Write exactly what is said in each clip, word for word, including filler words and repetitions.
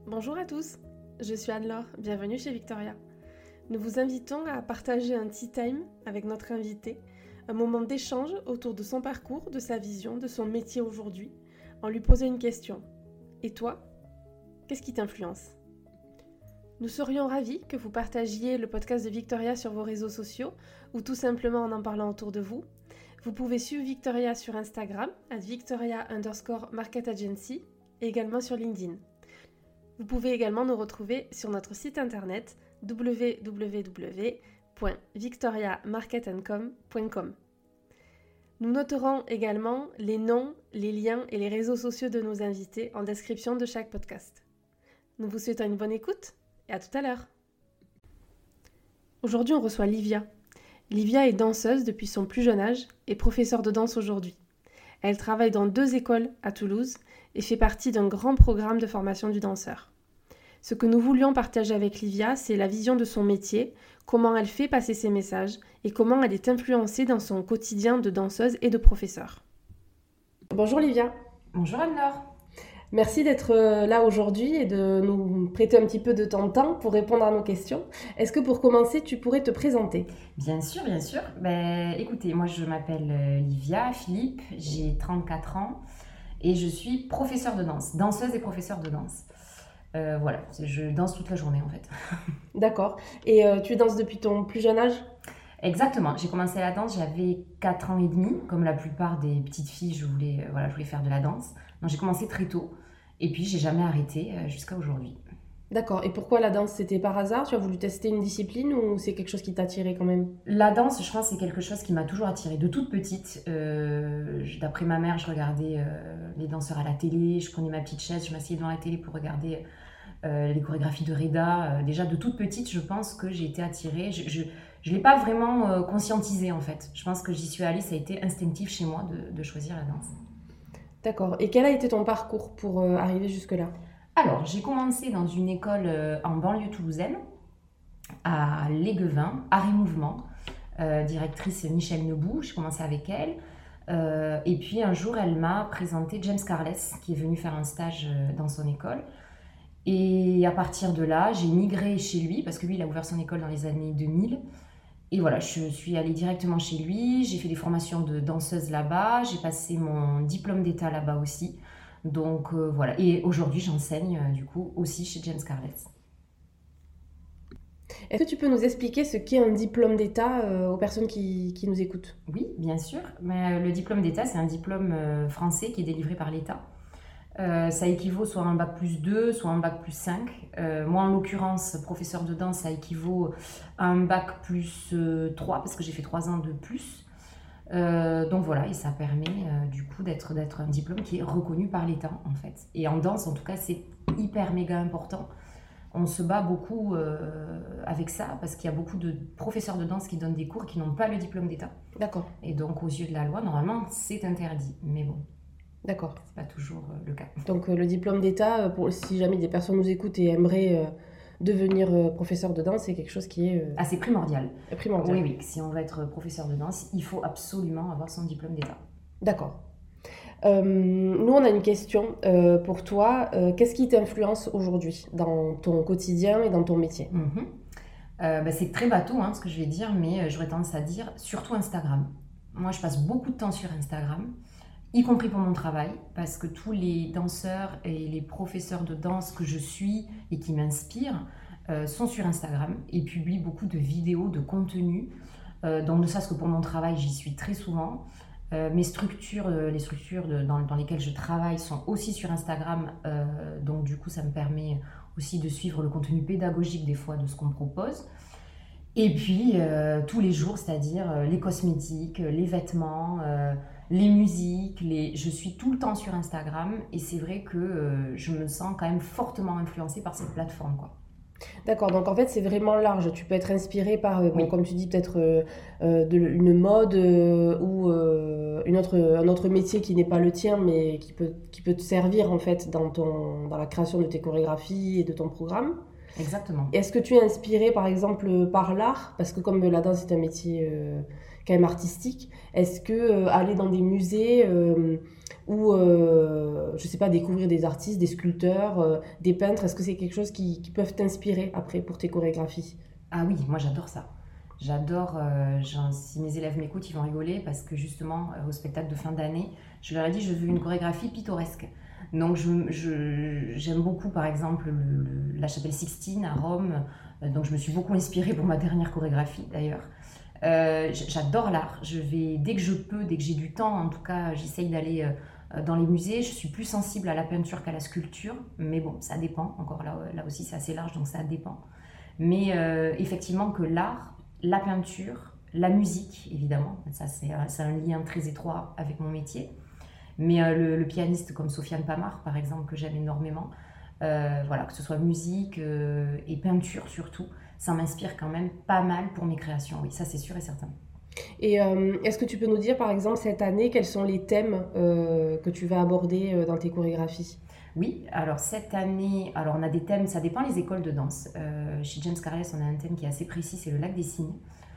Bonjour à tous, je suis Anne-Laure, bienvenue chez Victoria. Nous vous invitons à partager un tea time avec notre invité, un moment d'échange autour de son parcours, de sa vision, de son métier aujourd'hui, en lui posant une question. Et toi, qu'est-ce qui t'influence ? Nous serions ravis que vous partagiez le podcast de Victoria sur vos réseaux sociaux ou tout simplement en en parlant autour de vous. Vous pouvez suivre Victoria sur Instagram, at Victoria underscore Market Agency, et également sur LinkedIn. Vous pouvez également nous retrouver sur notre site internet w w w point victoria market and com point com. Nous noterons également les noms, les liens et les réseaux sociaux de nos invités en description de chaque podcast. Nous vous souhaitons une bonne écoute et à tout à l'heure. Aujourd'hui, on reçoit Livia. Livia est danseuse depuis son plus jeune âge et professeure de danse aujourd'hui. Elle travaille dans deux écoles à Toulouse et fait partie d'un grand programme de formation du danseur. Ce que nous voulions partager avec Livia, c'est la vision de son métier, comment elle fait passer ses messages et comment elle est influencée dans son quotidien de danseuse et de professeur. Bonjour Livia. Bonjour Anne-Laure. Merci d'être là aujourd'hui et de nous prêter un petit peu de ton temps pour répondre à nos questions. Est-ce que pour commencer, tu pourrais te présenter ? Bien sûr, bien sûr. Ben, écoutez, moi je m'appelle Livia Philippe, j'ai trente-quatre ans et je suis professeure de danse, danseuse et professeure de danse. Euh, voilà, je danse toute la journée en fait. D'accord. Et euh, tu danses depuis ton plus jeune âge ? Exactement. J'ai commencé la danse, j'avais quatre ans et demi. Comme la plupart des petites filles, je voulais, euh, voilà, je voulais faire de la danse. Donc j'ai commencé très tôt. Et puis j'ai jamais arrêté euh, jusqu'à aujourd'hui. D'accord. Et pourquoi la danse ? C'était par hasard ? Tu as voulu tester une discipline ou c'est quelque chose qui t'a attiré quand même ? La danse, je pense, c'est quelque chose qui m'a toujours attirée. De toute petite, euh, d'après ma mère, je regardais euh, les danseurs à la télé. Je prenais ma petite chaise, je m'asseyais devant la télé pour regarder euh, les chorégraphies de Reda. Euh, déjà, de toute petite, je pense que j'ai été attirée. Je, je, je ne l'ai pas vraiment euh, conscientisé, en fait. Je pense que j'y suis allée, ça a été instinctif chez moi de, de choisir la danse. D'accord. Et quel a été ton parcours pour euh, arriver jusque-là ? Alors, j'ai commencé dans une école euh, en banlieue toulousaine, à Léguevin, Art et Mouvement, euh, directrice Michel Nebout, j'ai commencé avec elle. Euh, et puis un jour, elle m'a présenté James Carles, qui est venu faire un stage euh, dans son école. Et à partir de là, j'ai migré chez lui, parce que lui, il a ouvert son école dans les années deux mille. Et voilà, je suis allée directement chez lui, j'ai fait des formations de danseuse là-bas, j'ai passé mon diplôme d'état là-bas aussi. Donc euh, voilà, et aujourd'hui j'enseigne euh, du coup aussi chez James Carles. Est-ce que tu peux nous expliquer ce qu'est un diplôme d'état euh, aux personnes qui, qui nous écoutent ? Oui, bien sûr. Mais, euh, le diplôme d'état, c'est un diplôme euh, français qui est délivré par l'État. Euh, ça équivaut soit à un bac plus deux, soit à un bac plus cinq. Euh, moi, en l'occurrence, professeur de danse, ça équivaut à un bac plus euh, trois, parce que j'ai fait trois ans de plus. Euh, donc voilà, et ça permet euh, du coup d'être, d'être un diplôme qui est reconnu par l'État, en fait. Et en danse, en tout cas, c'est hyper méga important. On se bat beaucoup euh, avec ça, parce qu'il y a beaucoup de professeurs de danse qui donnent des cours qui n'ont pas le diplôme d'État. D'accord. Et donc, aux yeux de la loi, normalement, c'est interdit. Mais bon. D'accord. C'est pas toujours euh, le cas. Donc euh, le diplôme d'état, euh, pour, si jamais des personnes nous écoutent et aimeraient euh, devenir euh, professeur de danse, c'est quelque chose qui est euh, ah, c'est primordial. primordial. Oui, oui. Si on veut être professeur de danse, il faut absolument avoir son diplôme d'état. D'accord. Euh, nous, on a une question euh, pour toi. Euh, qu'est-ce qui t'influence aujourd'hui dans ton quotidien et dans ton métier ? Mm-hmm. euh, bah, C'est très bateau hein, ce que je vais dire, mais euh, j'aurais tendance à dire surtout Instagram. Moi, je passe beaucoup de temps sur Instagram, y compris pour mon travail, parce que tous les danseurs et les professeurs de danse que je suis et qui m'inspirent euh, sont sur Instagram et publient beaucoup de vidéos, de contenu. Euh, donc ne serait-ce que pour mon travail, j'y suis très souvent. Euh, mes structures, euh, les structures de, dans, dans lesquelles je travaille sont aussi sur Instagram, euh, donc du coup ça me permet aussi de suivre le contenu pédagogique des fois de ce qu'on me propose. Et puis euh, tous les jours, c'est-à-dire euh, les cosmétiques, les vêtements, euh, les musiques, les... je suis tout le temps sur Instagram et c'est vrai que euh, je me sens quand même fortement influencée par cette plateforme, quoi. D'accord, donc en fait c'est vraiment large. Tu peux être inspiré par, euh, bon, Oui. comme tu dis, peut-être euh, euh, de, une mode euh, ou euh, une autre, un autre métier qui n'est pas le tien, mais qui peut, qui peut te servir en fait dans, ton, dans la création de tes chorégraphies et de ton programme. Exactement. Est-ce que tu es inspiré par exemple par l'art ? Parce que comme la danse est un métier euh, quand même artistique, est-ce que euh, aller dans des musées, euh, ou, euh, je sais pas, découvrir des artistes, des sculpteurs, euh, des peintres? Est-ce que c'est quelque chose qui, qui peuvent t'inspirer après pour tes chorégraphies? Ah oui, moi j'adore ça. J'adore, euh, genre, si mes élèves m'écoutent, ils vont rigoler parce que justement, euh, au spectacle de fin d'année, je leur ai dit je veux une chorégraphie pittoresque. Donc je, je- j'aime beaucoup par exemple le- le- la chapelle Sixtine à Rome, euh, donc je me suis beaucoup inspirée pour ma dernière chorégraphie d'ailleurs. Euh, j- j'adore l'art, je vais, dès que je peux, dès que j'ai du temps, en tout cas j'essaye d'aller euh, dans les musées. Je suis plus sensible à la peinture qu'à la sculpture, mais bon, ça dépend, encore là, là aussi c'est assez large, donc ça dépend. Mais euh, effectivement que l'art, la peinture, la musique, évidemment, ça c'est un, c'est un lien très étroit avec mon métier. Mais euh, le, le pianiste comme Sofiane Pamar, par exemple, que j'aime énormément, euh, voilà, que ce soit musique euh, et peinture surtout, ça m'inspire quand même pas mal pour mes créations, oui, ça c'est sûr et certain. Et euh, est-ce que tu peux nous dire, par exemple, cette année, quels sont les thèmes euh, que tu vas aborder euh, dans tes chorégraphies? Oui, alors cette année, alors on a des thèmes, ça dépend les écoles de danse. Euh, chez James Carriès, on a un thème qui est assez précis, c'est le lac des cygnes.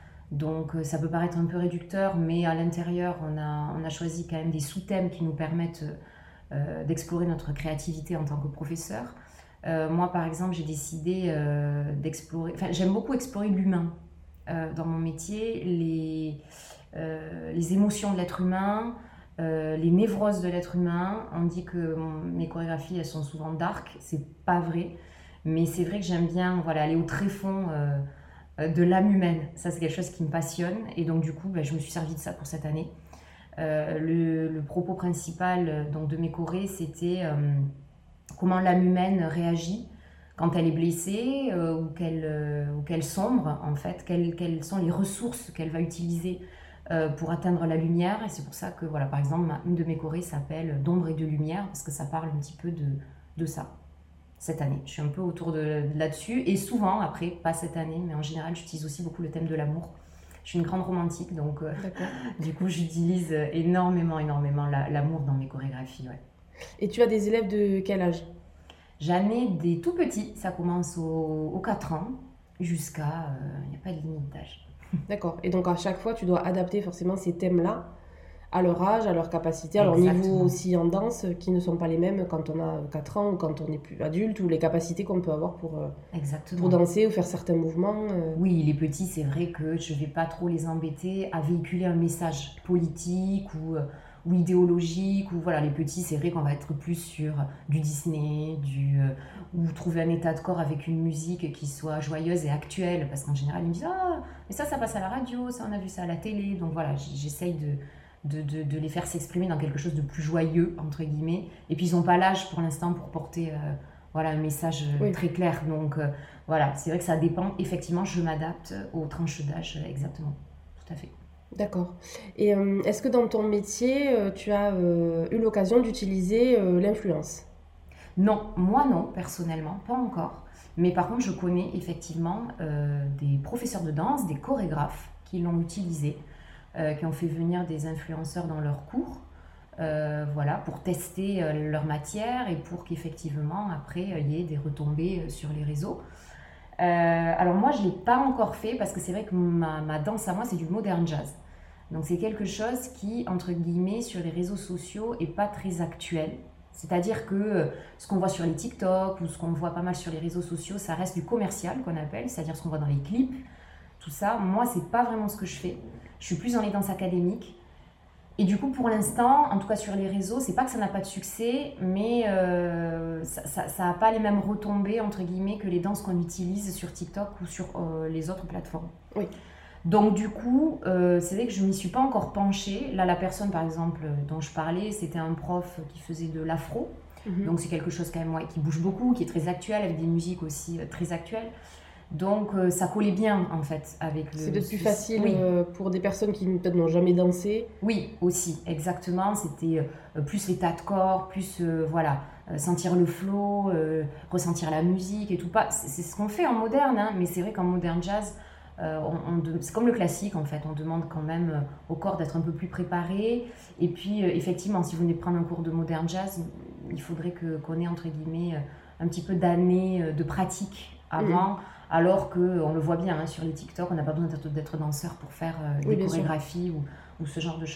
Donc euh, ça peut paraître un peu réducteur, mais à l'intérieur, on a, on a choisi quand même des sous-thèmes qui nous permettent euh, d'explorer notre créativité en tant que professeur. Euh, moi, par exemple, j'ai décidé euh, d'explorer, enfin j'aime beaucoup explorer l'humain euh, dans mon métier, les, euh, les émotions de l'être humain, euh, les névroses de l'être humain. On dit que mon- mes chorégraphies, elles sont souvent dark, c'est pas vrai, mais c'est vrai que j'aime bien voilà, aller au tréfonds euh, euh, de l'âme humaine. Ça, c'est quelque chose qui me passionne, et donc du coup, ben, je me suis servi de ça pour cette année. Euh, le, le propos principal euh, donc, de mes chorés, c'était euh, comment l'âme humaine réagit quand elle est blessée euh, ou qu'elle euh, ou qu'elle sombre, en fait, quelles, quelles sont les ressources qu'elle va utiliser euh, pour atteindre la lumière. Et c'est pour ça que, voilà, par exemple, ma- une de mes chorés s'appelle D'ombre et de lumière, parce que ça parle un petit peu de, de ça, cette année. Je suis un peu autour de, de là-dessus, et souvent, après, pas cette année, mais en général, j'utilise aussi beaucoup le thème de l'amour. Je suis une grande romantique, donc euh, D'accord. du coup, j'utilise énormément, énormément la- l'amour dans mes chorégraphies, ouais. Et tu as des élèves de quel âge? J'en ai des tout petits, ça commence aux, aux quatre ans jusqu'à... Il n'y a pas de limite d'âge. D'accord. Et donc à chaque fois, tu dois adapter forcément ces thèmes-là à leur âge, à leur capacité, à leur niveau Exactement. aussi en danse, qui ne sont pas les mêmes quand on a quatre ans ou quand on est plus adulte, ou les capacités qu'on peut avoir pour, euh, pour Exactement. danser ou faire certains mouvements. euh. Oui, les petits, c'est vrai que je ne vais pas trop les embêter à véhiculer un message politique ou, euh, ou idéologique. Ou voilà, les petits, c'est vrai qu'on va être plus sur du Disney, du, euh, ou trouver un état de corps avec une musique qui soit joyeuse et actuelle. Parce qu'en général, ils me disent ah, mais ça, ça passe à la radio, ça, on a vu ça à la télé. Donc voilà, j- j'essaye de, de, de- de les faire s'exprimer dans quelque chose de plus joyeux, entre guillemets. Et puis, ils n'ont pas l'âge pour l'instant pour porter euh, voilà, un message euh, Oui, très clair. Donc. euh, voilà, c'est vrai que ça dépend. Effectivement, je m'adapte aux tranches d'âge, exactement. Tout à fait. d'accord. Et euh, est-ce que dans ton métier, euh, tu as euh, eu l'occasion d'utiliser euh, l'influence? Non, moi non, personnellement, pas encore. Mais par contre, je connais effectivement euh, des professeurs de danse, des chorégraphes qui l'ont utilisé, euh, qui ont fait venir des influenceurs dans leurs cours, euh, voilà, pour tester euh, leur matière et pour qu'effectivement, après, euh, il y ait des retombées euh, sur les réseaux. Euh, alors moi, je ne l'ai pas encore fait parce que c'est vrai que ma, ma danse à moi, c'est du modern jazz. Donc c'est quelque chose qui, entre guillemets, sur les réseaux sociaux, est pas très actuel. C'est-à-dire que euh, ce qu'on voit sur les TikTok ou ce qu'on voit pas mal sur les réseaux sociaux, ça reste du commercial qu'on appelle, c'est-à-dire ce qu'on voit dans les clips, tout ça. Moi, c'est pas vraiment ce que je fais. Je suis plus dans les danses académiques. Et du coup, pour l'instant, en tout cas sur les réseaux, c'est pas que ça n'a pas de succès, mais euh, ça n'a pas les mêmes retombées, entre guillemets, que les danses qu'on utilise sur TikTok ou sur euh, les autres plateformes. Oui. Donc du coup, euh, c'est vrai que je ne m'y suis pas encore penchée. Là, la personne, par exemple, dont je parlais, c'était un prof qui faisait de l'afro. Mhm. Donc c'est quelque chose quand même ouais, qui bouge beaucoup, qui est très actuel, avec des musiques aussi euh, très actuelles. Donc euh, ça collait bien, en fait, avec le... C'est peut-être plus ce- facile Oui. euh, pour des personnes qui peut-être n'ont jamais dansé. Oui, aussi, exactement. C'était euh, plus l'état de corps, plus euh, voilà, euh, sentir le flow, euh, ressentir la musique et tout. Pas, c'est, c'est ce qu'on fait en moderne, hein, mais c'est vrai qu'en moderne jazz, euh, on, on de- c'est comme le classique en fait. On demande quand même euh, au corps d'être un peu plus préparé. Et puis euh, effectivement, si vous venez prendre un cours de moderne jazz, il faudrait que, qu'on ait entre guillemets euh, un petit peu d'années euh, de pratique avant. Mhm. Alors qu'on le voit bien hein, sur les TikTok, on n'a pas besoin d'être, d'être danseur pour faire euh, Oui, des bien sûr. chorégraphies ou, ou ce genre de choses.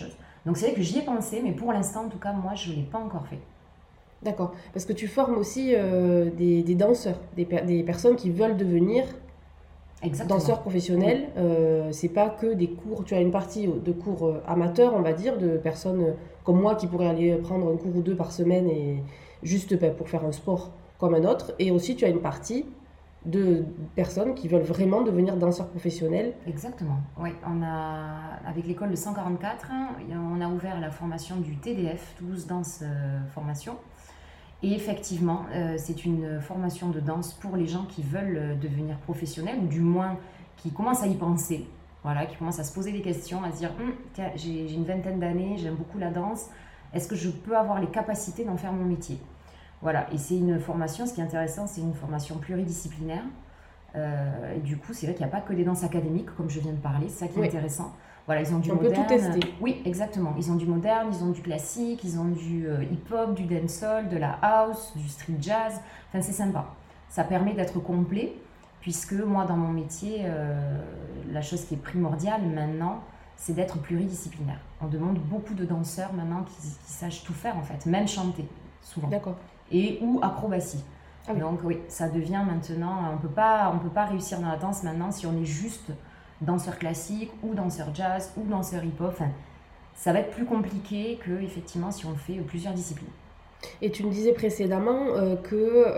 Donc c'est vrai que j'y ai pensé, mais pour l'instant, en tout cas, moi, je ne l'ai pas encore fait. D'accord, parce que tu formes aussi euh, des, des danseurs, des, per- des personnes qui veulent devenir Exactement. danseurs professionnels. Oui. Euh, c'est pas que des cours, tu as une partie de cours euh, amateurs, on va dire, de personnes euh, comme moi qui pourraient aller prendre un cours ou deux par semaine et juste ben, pour faire un sport comme un autre. Et aussi, tu as une partie de personnes qui veulent vraiment devenir danseurs professionnels. Exactement. Oui, on a, avec l'école de cent quarante-quatre, hein, on a ouvert la formation du T D F, Toulouse Danse euh, Formation. Et effectivement, euh, c'est une formation de danse pour les gens qui veulent euh, devenir professionnels, ou du moins qui commencent à y penser, voilà, qui commencent à se poser des questions, à se dire Hum, tiens, j'ai, j'ai une vingtaine d'années, j'aime beaucoup la danse, est-ce que je peux avoir les capacités d'en faire mon métier? Voilà, et c'est une formation, ce qui est intéressant, c'est une formation pluridisciplinaire. Euh, et du coup, c'est vrai qu'il n'y a pas que des danses académiques, comme je viens de parler, c'est ça qui est Oui. intéressant. Voilà, ils ont du On peut moderne. tout tester. Oui, exactement. Ils ont du moderne, ils ont du classique, ils ont du euh, hip-hop, du dancehall, de la house, du street jazz. Enfin, c'est sympa. Ça permet d'être complet, puisque moi, dans mon métier, euh, la chose qui est primordiale maintenant, c'est d'être pluridisciplinaire. On demande beaucoup de danseurs maintenant qui, qui sachent tout faire, en fait, même chanter, souvent. D'accord. Et ou acrobatie. Ah oui. Donc oui, ça devient maintenant, on peut pas, on peut pas réussir dans la danse maintenant si on est juste danseur classique ou danseur jazz ou danseur hip-hop. Enfin, ça va être plus compliqué que effectivement si on fait plusieurs disciplines. Et tu me disais précédemment euh, que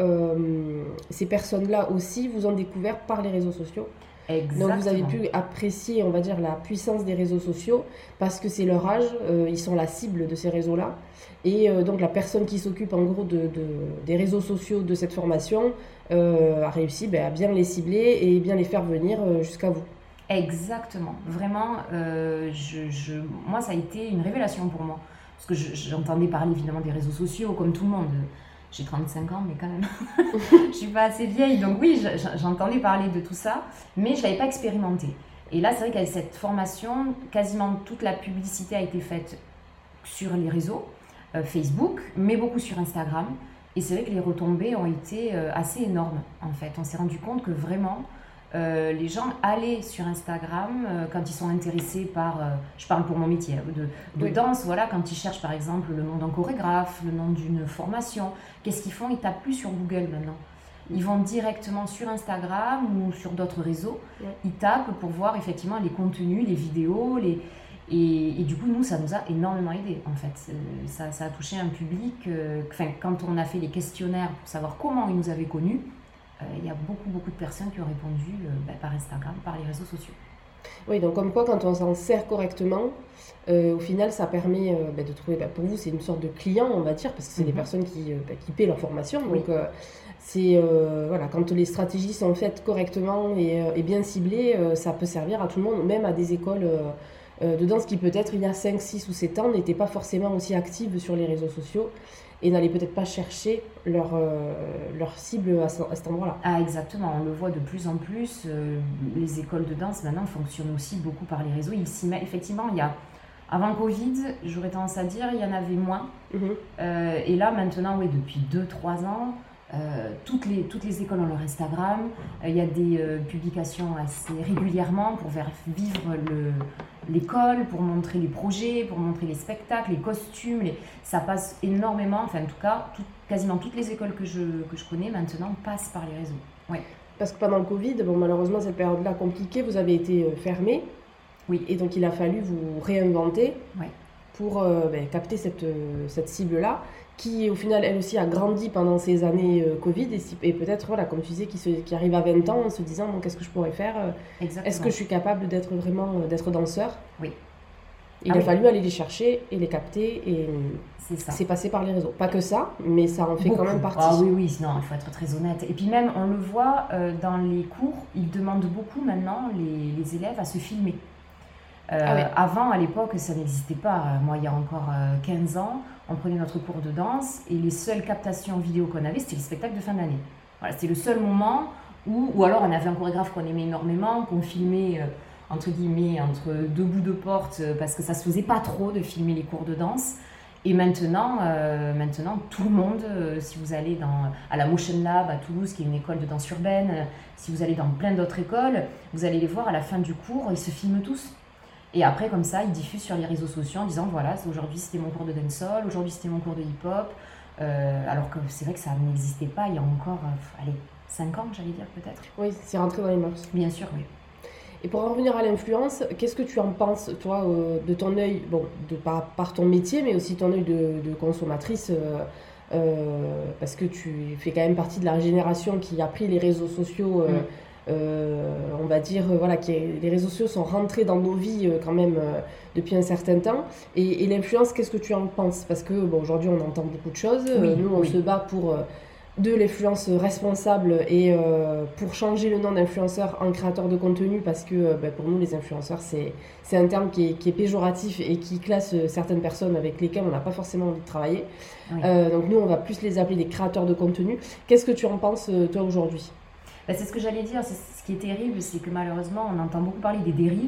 euh, ces personnes-là aussi vous ont découvert par les réseaux sociaux. Exactement. Donc vous avez pu apprécier, on va dire, la puissance des réseaux sociaux parce que c'est leur âge, euh, ils sont la cible de ces réseaux-là. Et euh, donc la personne qui s'occupe en gros de, de, des réseaux sociaux de cette formation euh, a réussi ben, à bien les cibler et bien les faire venir euh, jusqu'à vous. Exactement. Vraiment, euh, je, je, moi ça a été une révélation pour moi. Parce que je, j'entendais parler évidemment des réseaux sociaux comme tout le monde. J'ai trente-cinq ans, mais quand même, je suis pas assez vieille. Donc oui, j'entendais parler de tout ça, mais je l'avais pas expérimenté. Et là, c'est vrai qu'avec cette formation, quasiment toute la publicité a été faite sur les réseaux, euh, Facebook, mais beaucoup sur Instagram. Et c'est vrai que les retombées ont été euh, assez énormes, en fait. On s'est rendu compte que vraiment, euh, les gens allaient sur Instagram euh, quand ils sont intéressés par, euh, je parle pour mon métier, de, de Oui. danse, voilà, quand ils cherchent par exemple le nom d'un chorégraphe, le nom d'une formation, qu'est-ce qu'ils font? Ils tapent plus sur Google maintenant. Ils vont directement sur Instagram ou sur d'autres réseaux, Ouais. ils tapent pour voir effectivement les contenus, les vidéos, les... Et, et du coup, nous, ça nous a énormément aidé, en fait. Euh, ça, ça a touché un public... Euh, enfin, quand on a fait les questionnaires pour savoir comment ils nous avaient connus, euh, il y a beaucoup, beaucoup de personnes qui ont répondu euh, bah, par Instagram, par les réseaux sociaux. Oui, donc comme quoi, quand on s'en sert correctement, euh, au final, ça permet euh, bah, de trouver, bah, pour vous, c'est une sorte de client, on va dire, parce que c'est Mhm. des personnes qui, euh, bah, qui paient leur formation. Oui. Donc, euh, c'est, euh, voilà, quand les stratégies sont faites correctement et, euh, et bien ciblées, euh, ça peut servir à tout le monde, même à des écoles euh, euh, de danse qui, peut-être, il y a cinq, six ou sept ans, n'étaient pas forcément aussi actives sur les réseaux sociaux et n'allaient peut-être pas chercher leur, euh, leur cible à, ce- à cet endroit-là. Ah, exactement, on le voit de plus en plus. euh, les écoles de danse maintenant fonctionnent aussi beaucoup par les réseaux. Ils s'y mettent. Effectivement, il y a, avant le Covid, j'aurais tendance à dire, il y en avait moins. Mhm. Euh, et là, maintenant, oui, depuis deux trois ans, euh, toutes, les, toutes les écoles ont leur Instagram. Euh, Il y a des euh, publications assez régulièrement pour faire vivre le, l'école, pour montrer les projets, pour montrer les spectacles, les costumes. Les... Ça passe énormément. Enfin, en tout cas, tout- quasiment toutes les écoles que je, que je connais maintenant passent par les réseaux. Ouais. Parce que pendant le Covid, bon, malheureusement, cette période-là compliquée, vous avez été euh, fermé. Oui. Et donc, il a fallu vous réinventer Ouais. pour euh, ben, capter cette, euh, cette cible-là, qui, au final, elle aussi a grandi pendant ces années euh, Covid. Et, si- et peut-être, voilà, comme tu disais, qui, se- qui arrive à vingt ans en se disant, bon, qu'est-ce que je pourrais faire euh, Exactement. Est-ce que je suis capable d'être vraiment euh, d'être danseur? Oui. Il Ah a oui. fallu aller les chercher et les capter. Et euh, C'est ça. c'est passé par les réseaux. Pas que ça, mais ça en fait Beaucoup. quand même partie. Ah oui, oui, sinon il faut être très honnête. Et puis même, on le voit euh, dans les cours, ils demandent beaucoup maintenant, les, les élèves, à se filmer. Euh, Ah ouais. Avant, à l'époque, ça n'existait pas. Moi, il y a encore euh, quinze ans, on prenait notre cours de danse et les seules captations vidéo qu'on avait, c'était le spectacle de fin d'année. Voilà, c'était le seul moment où, ou alors on avait un chorégraphe qu'on aimait énormément, qu'on filmait, euh, entre guillemets, entre deux bouts de porte, euh, parce que ça se faisait pas trop de filmer les cours de danse. Et maintenant, euh, maintenant tout le monde, euh, si vous allez dans, à la Motion Lab à Toulouse, qui est une école de danse urbaine, euh, si vous allez dans plein d'autres écoles, vous allez les voir à la fin du cours, ils se filment tous. Et après, comme ça, ils diffusent sur les réseaux sociaux en disant, voilà, aujourd'hui c'était mon cours de dancehall, aujourd'hui c'était mon cours de hip-hop. Euh, alors que c'est vrai que ça n'existait pas il y a encore, euh, allez, cinq ans, j'allais dire peut-être. Oui, c'est rentré dans les mœurs. Bien sûr, oui. Et pour en revenir à l'influence, qu'est-ce que tu en penses, toi, euh, de ton œil, bon, de par, par ton métier, mais aussi ton œil de, de consommatrice, euh, euh, parce que tu fais quand même partie de la génération qui a pris les réseaux sociaux, euh, mm. euh, on va dire, euh, voilà, qui est, les réseaux sociaux sont rentrés dans nos vies euh, quand même euh, depuis un certain temps. Et, et l'influence, qu'est-ce que tu en penses? Parce que bon, aujourd'hui, on entend beaucoup de choses. Oui, euh, nous, on oui. se bat pour... Euh, de l'influence responsable et euh, pour changer le nom d'influenceur en créateur de contenu parce que euh, bah, pour nous les influenceurs c'est, c'est un terme qui est, qui est péjoratif et qui classe certaines personnes avec lesquelles on n'a pas forcément envie de travailler. Oui. Euh, donc nous on va plus les appeler des créateurs de contenu. Qu'est-ce que tu en penses toi aujourd'hui? Bah, c'est ce que j'allais dire, c'est, ce qui est terrible c'est que malheureusement on entend beaucoup parler des dérives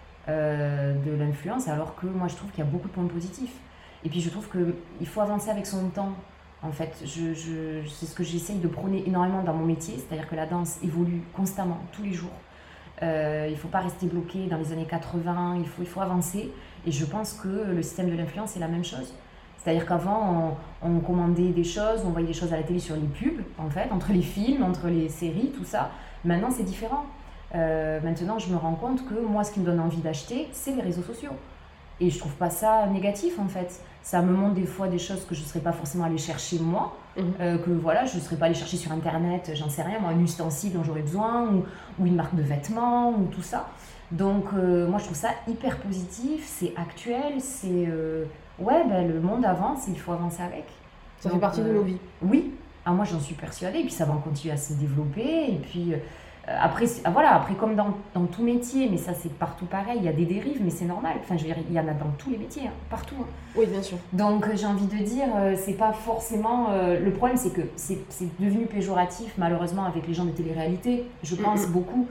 euh, de l'influence alors que moi je trouve qu'il y a beaucoup de points positifs. Et puis je trouve qu'il faut avancer avec son temps. En fait, je, je, c'est ce que j'essaye de prôner énormément dans mon métier, c'est-à-dire que la danse évolue constamment, tous les jours. Euh, il ne faut pas rester bloqué dans les années quatre-vingts, il faut, il faut avancer. Et je pense que le système de l'influence, c'est la même chose. C'est-à-dire qu'avant, on, on commandait des choses, on voyait des choses à la télé sur les pubs, en fait, entre les films, entre les séries, tout ça. Maintenant, c'est différent. Euh, maintenant, je me rends compte que moi, ce qui me donne envie d'acheter, c'est les réseaux sociaux. Et je ne trouve pas ça négatif, en fait. Ça me montre des fois des choses que je ne serais pas forcément allée chercher moi, mmh. euh, que voilà, je ne serais pas allée chercher sur Internet, j'en sais rien, moi, un ustensile dont j'aurais besoin, ou, ou une marque de vêtements, ou tout ça. Donc, euh, moi, je trouve ça hyper positif, c'est actuel, c'est... Euh, ouais, ben, le monde avance, il faut avancer avec. Ça Donc, fait partie euh, de nos vies. Oui, ah, moi, j'en suis persuadée, et puis ça va continuer à se développer, et puis... Euh, Après, voilà, après, comme dans, dans tout métier, mais ça c'est partout pareil, il y a des dérives, mais c'est normal. Enfin, je veux dire, il y en a dans tous les métiers, hein, partout. Hein. Oui, bien sûr. Donc, j'ai envie de dire, euh, c'est pas forcément. Euh, le problème, c'est que c'est, c'est devenu péjoratif, malheureusement, avec les gens de télé-réalité. Je pense mm-hmm. beaucoup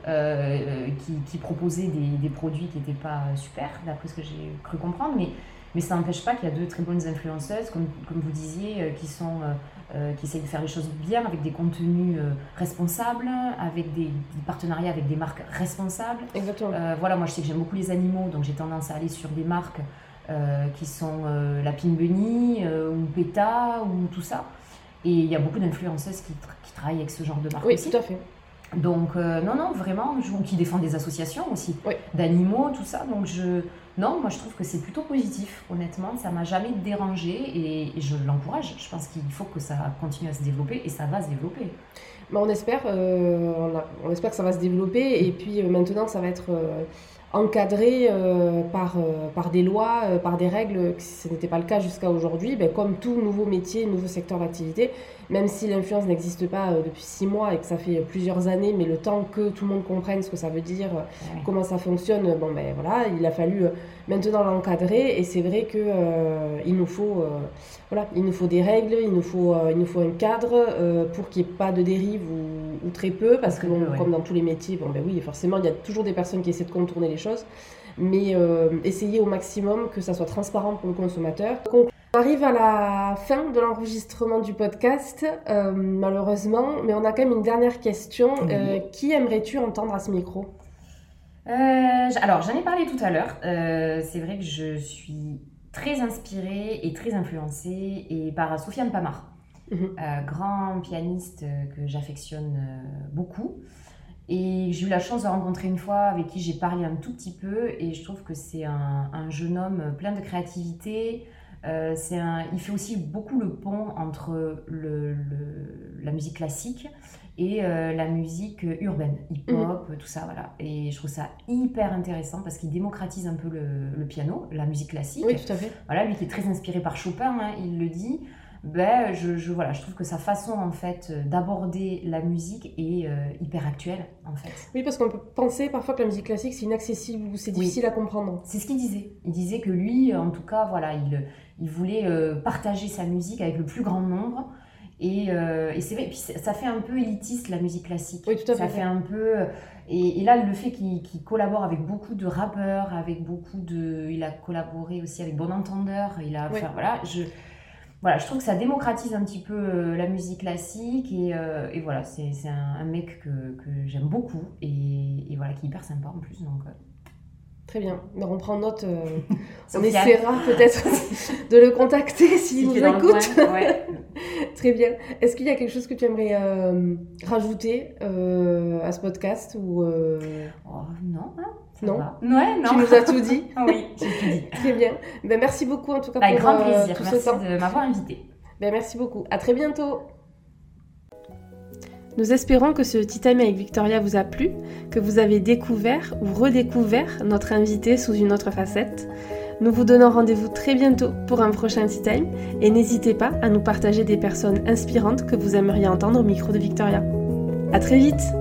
euh, qui, qui proposaient des, des produits qui n'étaient pas super, d'après ce que j'ai cru comprendre. Mais, mais ça n'empêche pas qu'il y a de très bonnes influenceuses, comme, comme vous disiez, euh, qui sont. Euh, Euh, qui essayent de faire les choses bien, avec des contenus euh, responsables, avec des, des partenariats avec des marques responsables. Exactement. Euh, voilà, moi je sais que j'aime beaucoup les animaux, donc j'ai tendance à aller sur des marques euh, qui sont euh, la Pin Bunny euh, ou PETA ou tout ça. Et il y a beaucoup d'influenceuses qui, tra- qui travaillent avec ce genre de marques oui, aussi. Oui, tout à fait. Donc euh, non, non, vraiment, je, qui défendent des associations aussi, oui. d'animaux, tout ça. Donc je... Non, moi je trouve que c'est plutôt positif, honnêtement, ça m'a jamais dérangé et, et je l'encourage. Je pense qu'il faut que ça continue à se développer et ça va se développer. Mais on espère, euh, on, a, on espère que ça va se développer et puis euh, maintenant ça va être euh, encadré euh, par, euh, par des lois, euh, par des règles, ce n'était pas le cas jusqu'à aujourd'hui. Ben, comme tout nouveau métier, nouveau secteur d'activité, même si l'influence n'existe pas euh, depuis six mois et que ça fait plusieurs années, mais le temps que tout le monde comprenne ce que ça veut dire, ouais. comment ça fonctionne, bon ben voilà, il a fallu euh, maintenant l'encadrer et c'est vrai que euh, il nous faut, euh, voilà, il nous faut des règles, il nous faut, euh, il nous faut un cadre euh, pour qu'il n'y ait pas de dérive ou, ou très peu, parce que bon, ouais. comme dans tous les métiers, bon ben oui, forcément il y a toujours des personnes qui essaient de contourner les choses, mais euh, essayer au maximum que ça soit transparent pour le consommateur. Donc, on arrive à la fin de l'enregistrement du podcast, euh, malheureusement, mais on a quand même une dernière question. Oui. Euh, qui aimerais-tu entendre à ce micro ? euh, Alors, j'en ai parlé tout à l'heure. Euh, c'est vrai que je suis très inspirée et très influencée et par Sofiane Pamart, mmh. euh, grand pianiste que j'affectionne beaucoup. Et j'ai eu la chance de rencontrer une fois, avec qui j'ai parlé un tout petit peu, et je trouve que c'est un, un jeune homme plein de créativité. Euh, c'est un, il fait aussi beaucoup le pont entre le, le, la musique classique et euh, la musique urbaine, hip-hop, mmh. tout ça, voilà. Et je trouve ça hyper intéressant parce qu'il démocratise un peu le, le piano, la musique classique. Oui, tout à fait. Voilà, lui qui est très inspiré par Chopin, hein, il le dit. Ben, je, je, voilà, je trouve que sa façon en fait d'aborder la musique est euh, hyper actuelle en fait. Oui, parce qu'on peut penser parfois que la musique classique c'est inaccessible ou c'est difficile oui. à comprendre. C'est ce qu'il disait. Il disait que lui, en tout cas, voilà, il, il voulait euh, partager sa musique avec le plus grand nombre. Et, euh, et c'est vrai, et puis ça fait un peu élitiste la musique classique. Oui, tout à fait. Ça fait un peu. Et, et là, le fait qu'il, qu'il collabore avec beaucoup de rappeurs, avec beaucoup de, il a collaboré aussi avec Bon Entendeur. Il a, oui. enfin, voilà, je. Voilà, je trouve que ça démocratise un petit peu euh, la musique classique et, euh, et voilà, c'est, c'est un, un mec que, que j'aime beaucoup et, et voilà, qui est hyper sympa en plus. Donc, euh. Très bien. Ben, on prend note. Euh, on Sofiane. essaiera peut-être de le contacter s'il nous écoute. Ouais. Très bien. Est-ce qu'il y a quelque chose que tu aimerais euh, rajouter euh, à ce podcast ou euh... Oh, non, hein, ça non. va. Ouais, non. Tu nous as tout dit. Oui, j'ai tout dit. Très bien. Ben, merci beaucoup en tout cas Avec pour grand plaisir. euh, tout Merci ce temps. de m'avoir invité. Ben, merci beaucoup. À très bientôt. Nous espérons que ce Tea Time avec Victoria vous a plu, que vous avez découvert ou redécouvert notre invité sous une autre facette. Nous vous donnons rendez-vous très bientôt pour un prochain Tea Time et n'hésitez pas à nous partager des personnes inspirantes que vous aimeriez entendre au micro de Victoria. À très vite!